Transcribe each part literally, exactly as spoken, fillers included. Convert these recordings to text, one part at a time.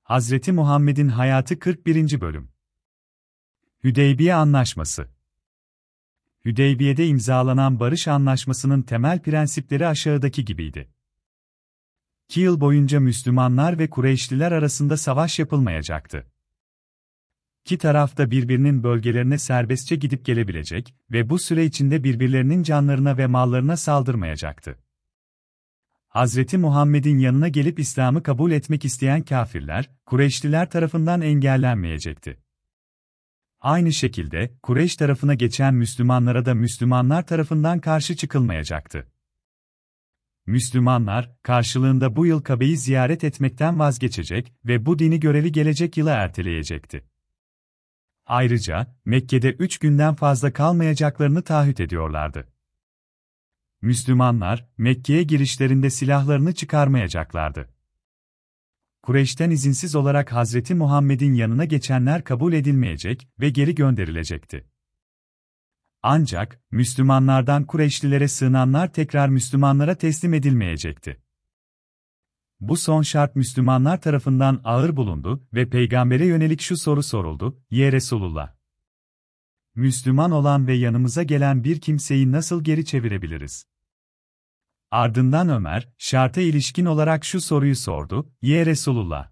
Hazreti Muhammed'in hayatı kırk birinci bölüm. Hüdeybiye Anlaşması. Hüdeybiye'de imzalanan barış anlaşmasının temel prensipleri aşağıdaki gibiydi. İki yıl boyunca Müslümanlar ve Kureyşliler arasında savaş yapılmayacaktı. İki taraf da birbirinin bölgelerine serbestçe gidip gelebilecek ve bu süre içinde birbirlerinin canlarına ve mallarına saldırmayacaktı. Hazreti Muhammed'in yanına gelip İslam'ı kabul etmek isteyen kâfirler, Kureyşliler tarafından engellenmeyecekti. Aynı şekilde, Kureyş tarafına geçen Müslümanlara da Müslümanlar tarafından karşı çıkılmayacaktı. Müslümanlar, karşılığında bu yıl Kabe'yi ziyaret etmekten vazgeçecek ve bu dini görevi gelecek yıla erteleyecekti. Ayrıca, Mekke'de üç günden fazla kalmayacaklarını taahhüt ediyorlardı. Müslümanlar, Mekke'ye girişlerinde silahlarını çıkarmayacaklardı. Kureyş'ten izinsiz olarak Hazreti Muhammed'in yanına geçenler kabul edilmeyecek ve geri gönderilecekti. Ancak, Müslümanlardan Kureyşlilere sığınanlar tekrar Müslümanlara teslim edilmeyecekti. Bu son şart Müslümanlar tarafından ağır bulundu ve Peygamber'e yönelik şu soru soruldu: "Ya Resulullah, Müslüman olan ve yanımıza gelen bir kimseyi nasıl geri çevirebiliriz?" Ardından Ömer, şarta ilişkin olarak şu soruyu sordu: "Ya Resulullah,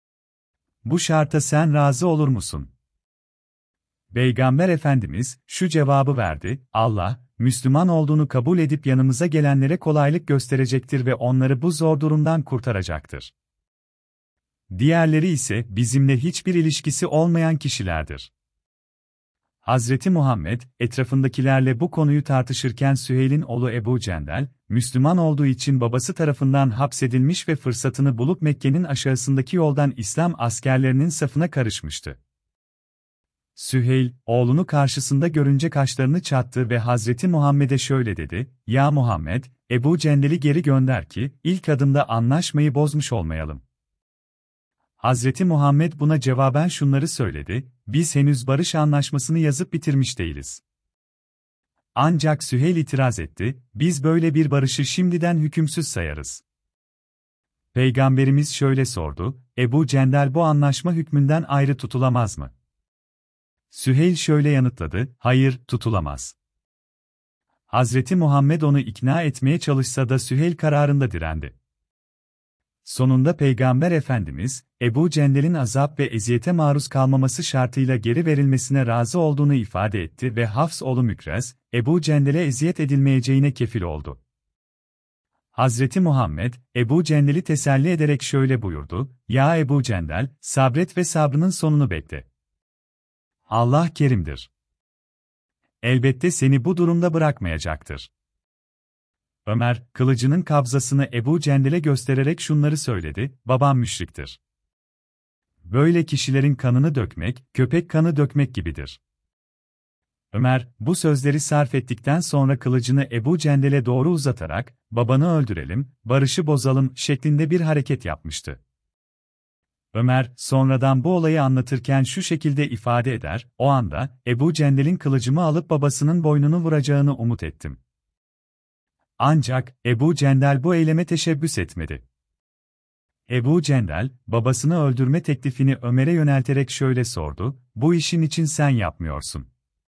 bu şarta sen razı olur musun?" Peygamber Efendimiz, şu cevabı verdi: "Allah, Müslüman olduğunu kabul edip yanımıza gelenlere kolaylık gösterecektir ve onları bu zor durumdan kurtaracaktır. Diğerleri ise bizimle hiçbir ilişkisi olmayan kişilerdir." Hazreti Muhammed, etrafındakilerle bu konuyu tartışırken Süheyl'in oğlu Ebu Cendel, Müslüman olduğu için babası tarafından hapsedilmiş ve fırsatını bulup Mekke'nin aşağısındaki yoldan İslam askerlerinin safına karışmıştı. Süheyl, oğlunu karşısında görünce kaşlarını çattı ve Hazreti Muhammed'e şöyle dedi: "Ya Muhammed, Ebu Cendel'i geri gönder ki, ilk adımda anlaşmayı bozmuş olmayalım." Hazreti Muhammed buna cevaben şunları söyledi: "Biz henüz barış anlaşmasını yazıp bitirmiş değiliz." Ancak Süheyl itiraz etti: "Biz böyle bir barışı şimdiden hükümsüz sayarız." Peygamberimiz şöyle sordu: "Ebu Cendel bu anlaşma hükmünden ayrı tutulamaz mı?" Süheyl şöyle yanıtladı: "Hayır, tutulamaz." Hazreti Muhammed onu ikna etmeye çalışsa da Süheyl kararında direndi. Sonunda Peygamber Efendimiz, Ebu Cendel'in azap ve eziyete maruz kalmaması şartıyla geri verilmesine razı olduğunu ifade etti ve Hafs oğlu Mükrez, Ebu Cendel'e eziyet edilmeyeceğine kefil oldu. Hazreti Muhammed, Ebu Cendel'i teselli ederek şöyle buyurdu: "Ya Ebu Cendel, sabret ve sabrının sonunu bekle. Allah kerimdir. Elbette seni bu durumda bırakmayacaktır." Ömer, kılıcının kabzasını Ebu Cendel'e göstererek şunları söyledi: "Babam müşriktir. Böyle kişilerin kanını dökmek, köpek kanı dökmek gibidir." Ömer, bu sözleri sarf ettikten sonra kılıcını Ebu Cendel'e doğru uzatarak, "Babanı öldürelim, barışı bozalım" şeklinde bir hareket yapmıştı. Ömer, sonradan bu olayı anlatırken şu şekilde ifade eder: "O anda, Ebu Cendel'in kılıcımı alıp babasının boynunu vuracağını umut ettim." Ancak, Ebu Cendel bu eyleme teşebbüs etmedi. Ebu Cendel, babasını öldürme teklifini Ömer'e yönelterek şöyle sordu: "Bu işin için sen yapmıyorsun."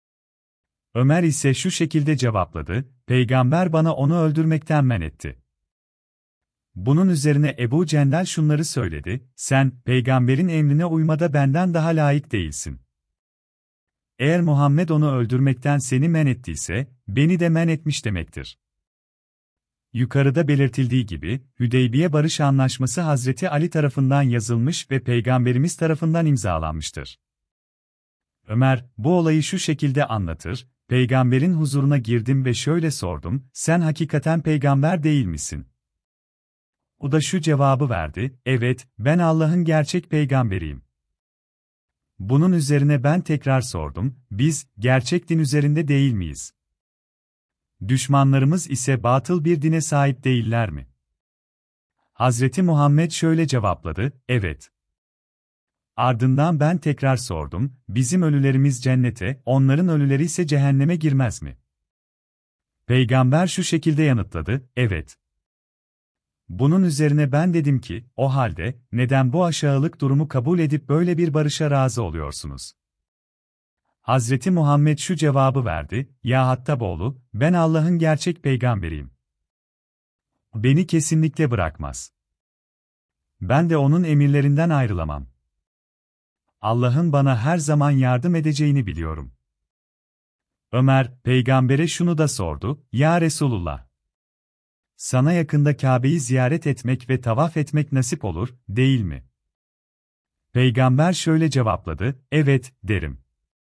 Ömer ise şu şekilde cevapladı: "Peygamber bana onu öldürmekten men etti." Bunun üzerine Ebu Cendel şunları söyledi: "Sen, peygamberin emrine uymada benden daha layık değilsin. Eğer Muhammed onu öldürmekten seni men ettiyse, beni de men etmiş demektir." Yukarıda belirtildiği gibi, Hüdeybiye Barış Anlaşması Hazreti Ali tarafından yazılmış ve Peygamberimiz tarafından imzalanmıştır. Ömer, bu olayı şu şekilde anlatır: "Peygamberin huzuruna girdim ve şöyle sordum: Sen hakikaten peygamber değil misin?" O da şu cevabı verdi: "Evet, ben Allah'ın gerçek peygamberiyim." Bunun üzerine ben tekrar sordum: "Biz, gerçek din üzerinde değil miyiz? Düşmanlarımız ise batıl bir dine sahip değiller mi?" Hazreti Muhammed şöyle cevapladı: "Evet." Ardından ben tekrar sordum: "Bizim ölülerimiz cennete, onların ölüleri ise cehenneme girmez mi?" Peygamber şu şekilde yanıtladı: "Evet." Bunun üzerine ben dedim ki, o halde, neden bu aşağılık durumu kabul edip böyle bir barışa razı oluyorsunuz? Hazreti Muhammed şu cevabı verdi, ya Hattaboğlu, ben Allah'ın gerçek peygamberiyim. Beni kesinlikle bırakmaz. Ben de onun emirlerinden ayrılamam. Allah'ın bana her zaman yardım edeceğini biliyorum. Ömer, peygambere şunu da sordu, ya Resulullah. Sana yakında Kabe'yi ziyaret etmek ve tavaf etmek nasip olur, değil mi? Peygamber şöyle cevapladı, evet, derim.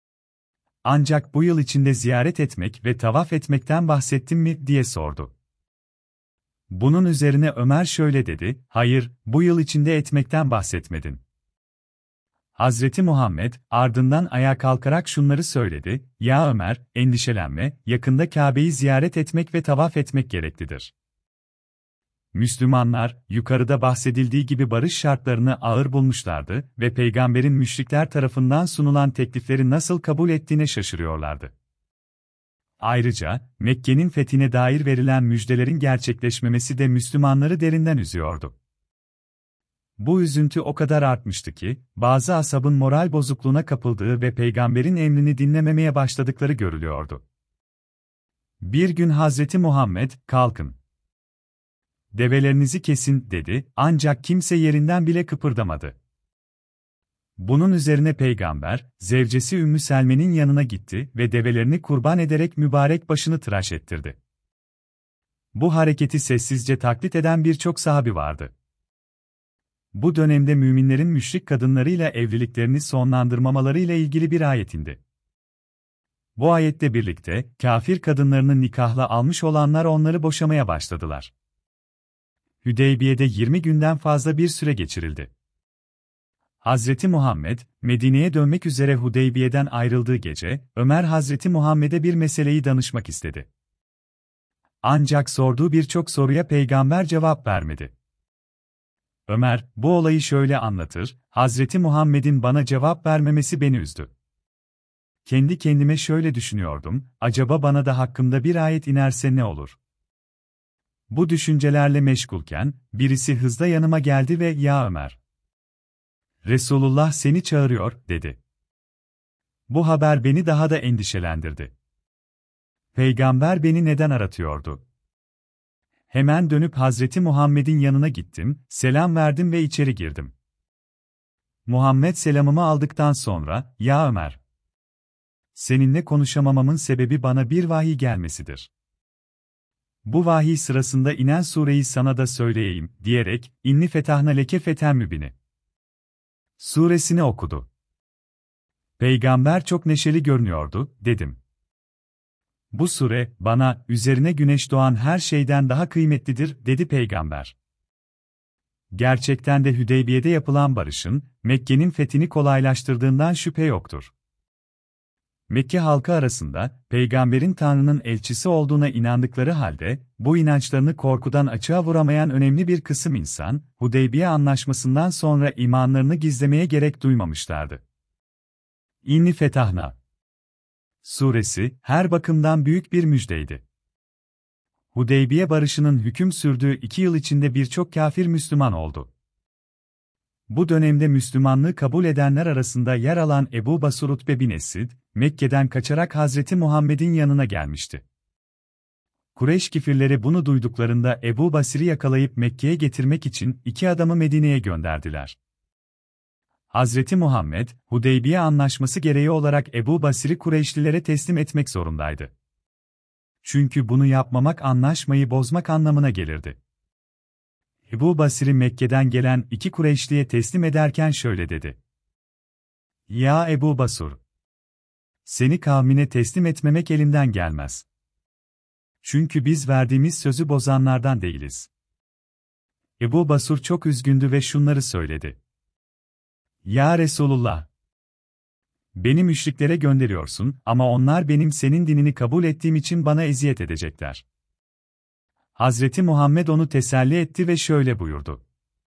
Ancak bu yıl içinde ziyaret etmek ve tavaf etmekten bahsettim mi, diye sordu. Bunun üzerine Ömer şöyle dedi, hayır, bu yıl içinde etmekten bahsetmedin. Hazreti Muhammed, ardından ayağa kalkarak şunları söyledi, ya Ömer, endişelenme, yakında Kabe'yi ziyaret etmek ve tavaf etmek gereklidir. Müslümanlar, yukarıda bahsedildiği gibi barış şartlarını ağır bulmuşlardı ve peygamberin müşrikler tarafından sunulan teklifleri nasıl kabul ettiğine şaşırıyorlardı. Ayrıca, Mekke'nin fethine dair verilen müjdelerin gerçekleşmemesi de Müslümanları derinden üzüyordu. Bu üzüntü o kadar artmıştı ki, bazı ashabın moral bozukluğuna kapıldığı ve peygamberin emrini dinlememeye başladıkları görülüyordu. Bir gün Hazreti Muhammed, kalkın. Develerinizi kesin, dedi, ancak kimse yerinden bile kıpırdamadı. Bunun üzerine peygamber, zevcesi Ümmü Selme'nin yanına gitti ve develerini kurban ederek mübarek başını tıraş ettirdi. Bu hareketi sessizce taklit eden birçok sahabi vardı. Bu dönemde müminlerin müşrik kadınlarıyla evliliklerini sonlandırmamalarıyla ilgili bir ayet indi. Bu ayetle birlikte, kafir kadınlarını nikahla almış olanlar onları boşamaya başladılar. Hüdeybiye'de yirmi günden fazla bir süre geçirildi. Hazreti Muhammed, Medine'ye dönmek üzere Hudeybiye'den ayrıldığı gece, Ömer Hazreti Muhammed'e bir meseleyi danışmak istedi. Ancak sorduğu birçok soruya peygamber cevap vermedi. Ömer, bu olayı şöyle anlatır, Hazreti Muhammed'in bana cevap vermemesi beni üzdü. Kendi kendime şöyle düşünüyordum, acaba bana da hakkımda bir ayet inerse ne olur? Bu düşüncelerle meşgulken, birisi hızla yanıma geldi ve ya Ömer, Resulullah seni çağırıyor, dedi. Bu haber beni daha da endişelendirdi. Peygamber beni neden aratıyordu? Hemen dönüp Hazreti Muhammed'in yanına gittim, selam verdim ve içeri girdim. Muhammed selamımı aldıktan sonra, ya Ömer, seninle konuşamamamın sebebi bana bir vahiy gelmesidir. Bu vahiy sırasında inen sureyi sana da söyleyeyim, diyerek, İnni fetahna leke fethen mübini suresini okudu. Peygamber çok neşeli görünüyordu, dedim. Bu sure, bana, üzerine güneş doğan her şeyden daha kıymetlidir, dedi peygamber. Gerçekten de Hüdeybiye'de yapılan barışın, Mekke'nin fethini kolaylaştırdığından şüphe yoktur. Mekke halkı arasında, peygamberin Tanrı'nın elçisi olduğuna inandıkları halde, bu inançlarını korkudan açığa vuramayan önemli bir kısım insan, Hudeybiye anlaşmasından sonra imanlarını gizlemeye gerek duymamışlardı. İnni fetahna suresi, her bakımdan büyük bir müjdeydi. Hudeybiye barışının hüküm sürdüğü iki yıl içinde birçok kafir Müslüman oldu. Bu dönemde Müslümanlığı kabul edenler arasında yer alan Ebu Basr Utbe bin Esid, Mekke'den kaçarak Hazreti Muhammed'in yanına gelmişti. Kureyş kifirleri bunu duyduklarında Ebu Basir'i yakalayıp Mekke'ye getirmek için iki adamı Medine'ye gönderdiler. Hazreti Muhammed, Hudeybiye anlaşması gereği olarak Ebu Basir'i Kureyşlilere teslim etmek zorundaydı. Çünkü bunu yapmamak anlaşmayı bozmak anlamına gelirdi. Ebu Basir'i Mekke'den gelen iki Kureyşli'ye teslim ederken şöyle dedi. Ya Ebu Basur! Seni kavmine teslim etmemek elimden gelmez. Çünkü biz verdiğimiz sözü bozanlardan değiliz. Ebu Basur çok üzgündü ve şunları söyledi. Ya Resulullah! Beni müşriklere gönderiyorsun ama onlar benim senin dinini kabul ettiğim için bana eziyet edecekler. Hazreti Muhammed onu teselli etti ve şöyle buyurdu.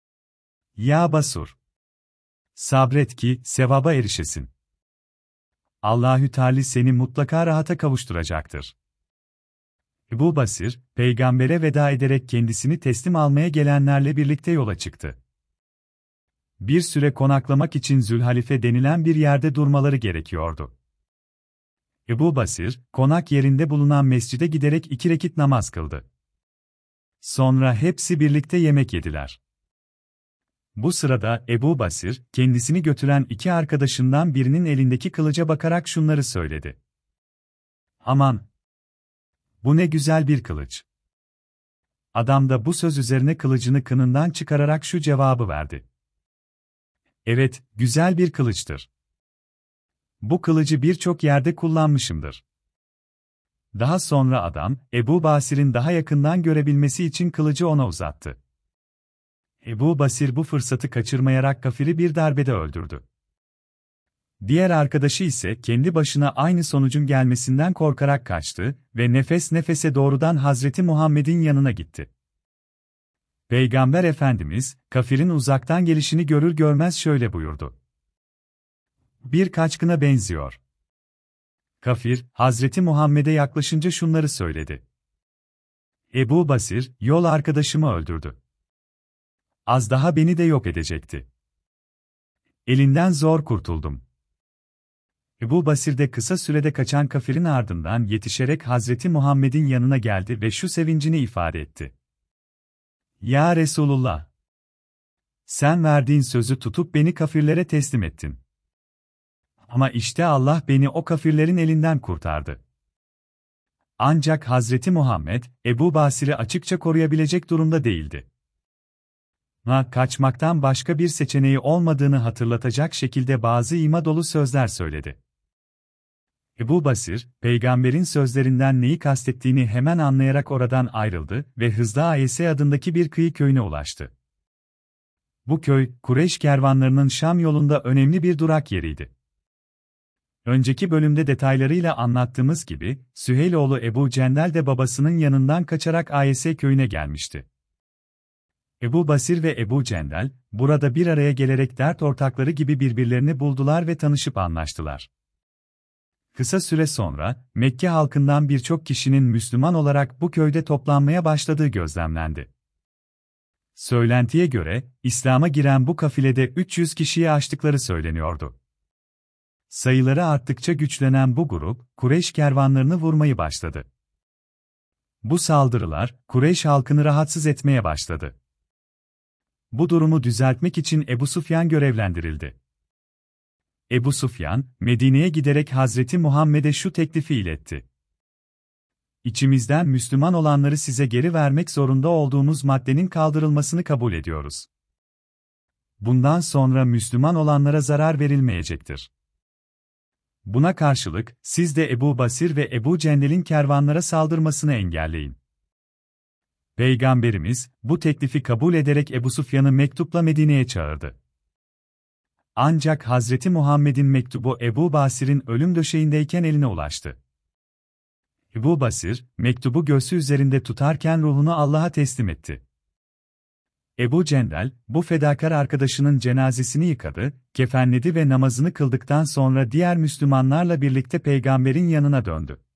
Ya Basur! Sabret ki, sevaba erişesin. Allahü Teala seni mutlaka rahata kavuşturacaktır. Ebu Basir, peygambere veda ederek kendisini teslim almaya gelenlerle birlikte yola çıktı. Bir süre konaklamak için Zülhalife denilen bir yerde durmaları gerekiyordu. Ebu Basir, konak yerinde bulunan mescide giderek iki rekit namaz kıldı. Sonra hepsi birlikte yemek yediler. Bu sırada Ebu Basir, kendisini götüren iki arkadaşından birinin elindeki kılıca bakarak şunları söyledi. "Aman! Bu ne güzel bir kılıç." Adam da bu söz üzerine kılıcını kınından çıkararak şu cevabı verdi. "Evet, güzel bir kılıçtır. Bu kılıcı birçok yerde kullanmışımdır." Daha sonra adam, Ebu Basir'in daha yakından görebilmesi için kılıcı ona uzattı. Ebu Basir bu fırsatı kaçırmayarak kafiri bir darbede öldürdü. Diğer arkadaşı ise kendi başına aynı sonucun gelmesinden korkarak kaçtı ve nefes nefese doğrudan Hazreti Muhammed'in yanına gitti. Peygamber Efendimiz, kafirin uzaktan gelişini görür görmez şöyle buyurdu. "Bir kaçkına benziyor." Kafir, Hazreti Muhammed'e yaklaşınca şunları söyledi. "Ebu Basir, yol arkadaşımı öldürdü. Az daha beni de yok edecekti. Elinden zor kurtuldum." Ebu Basir de kısa sürede kaçan kafirin ardından yetişerek Hazreti Muhammed'in yanına geldi ve şu sevincini ifade etti. "Ya Resulullah! Sen verdiğin sözü tutup beni kafirlere teslim ettin. Ama işte Allah beni o kafirlerin elinden kurtardı." Ancak Hazreti Muhammed, Ebu Basir'i açıkça koruyabilecek durumda değildi. Na kaçmaktan başka bir seçeneği olmadığını hatırlatacak şekilde bazı ima dolu sözler söyledi. Ebu Basir, peygamberin sözlerinden neyi kastettiğini hemen anlayarak oradan ayrıldı ve hızla Ayese adındaki bir kıyı köyüne ulaştı. Bu köy, Kureyş kervanlarının Şam yolunda önemli bir durak yeriydi. Önceki bölümde detaylarıyla anlattığımız gibi, Süheyl oğlu Ebu Cendel de babasının yanından kaçarak Ayese köyüne gelmişti. Ebu Basir ve Ebu Cendel, burada bir araya gelerek dert ortakları gibi birbirlerini buldular ve tanışıp anlaştılar. Kısa süre sonra, Mekke halkından birçok kişinin Müslüman olarak bu köyde toplanmaya başladığı gözlemlendi. Söylentiye göre, İslam'a giren bu kafilede üç yüz kişiyi aştıkları söyleniyordu. Sayıları arttıkça güçlenen bu grup, Kureyş kervanlarını vurmayı başladı. Bu saldırılar, Kureyş halkını rahatsız etmeye başladı. Bu durumu düzeltmek için Ebu Sufyan görevlendirildi. Ebu Sufyan, Medine'ye giderek Hazreti Muhammed'e şu teklifi iletti. "İçimizden Müslüman olanları size geri vermek zorunda olduğumuz maddenin kaldırılmasını kabul ediyoruz. Bundan sonra Müslüman olanlara zarar verilmeyecektir. Buna karşılık, siz de Ebu Basir ve Ebu Cendel'in kervanlara saldırmasını engelleyin." Peygamberimiz, bu teklifi kabul ederek Ebu Sufyan'ı mektupla Medine'ye çağırdı. Ancak Hazreti Muhammed'in mektubu Ebu Basir'in ölüm döşeğindeyken eline ulaştı. Ebu Basir, mektubu göğsü üzerinde tutarken ruhunu Allah'a teslim etti. Ebu Cendel, bu fedakar arkadaşının cenazesini yıkadı, kefenledi ve namazını kıldıktan sonra diğer Müslümanlarla birlikte peygamberin yanına döndü.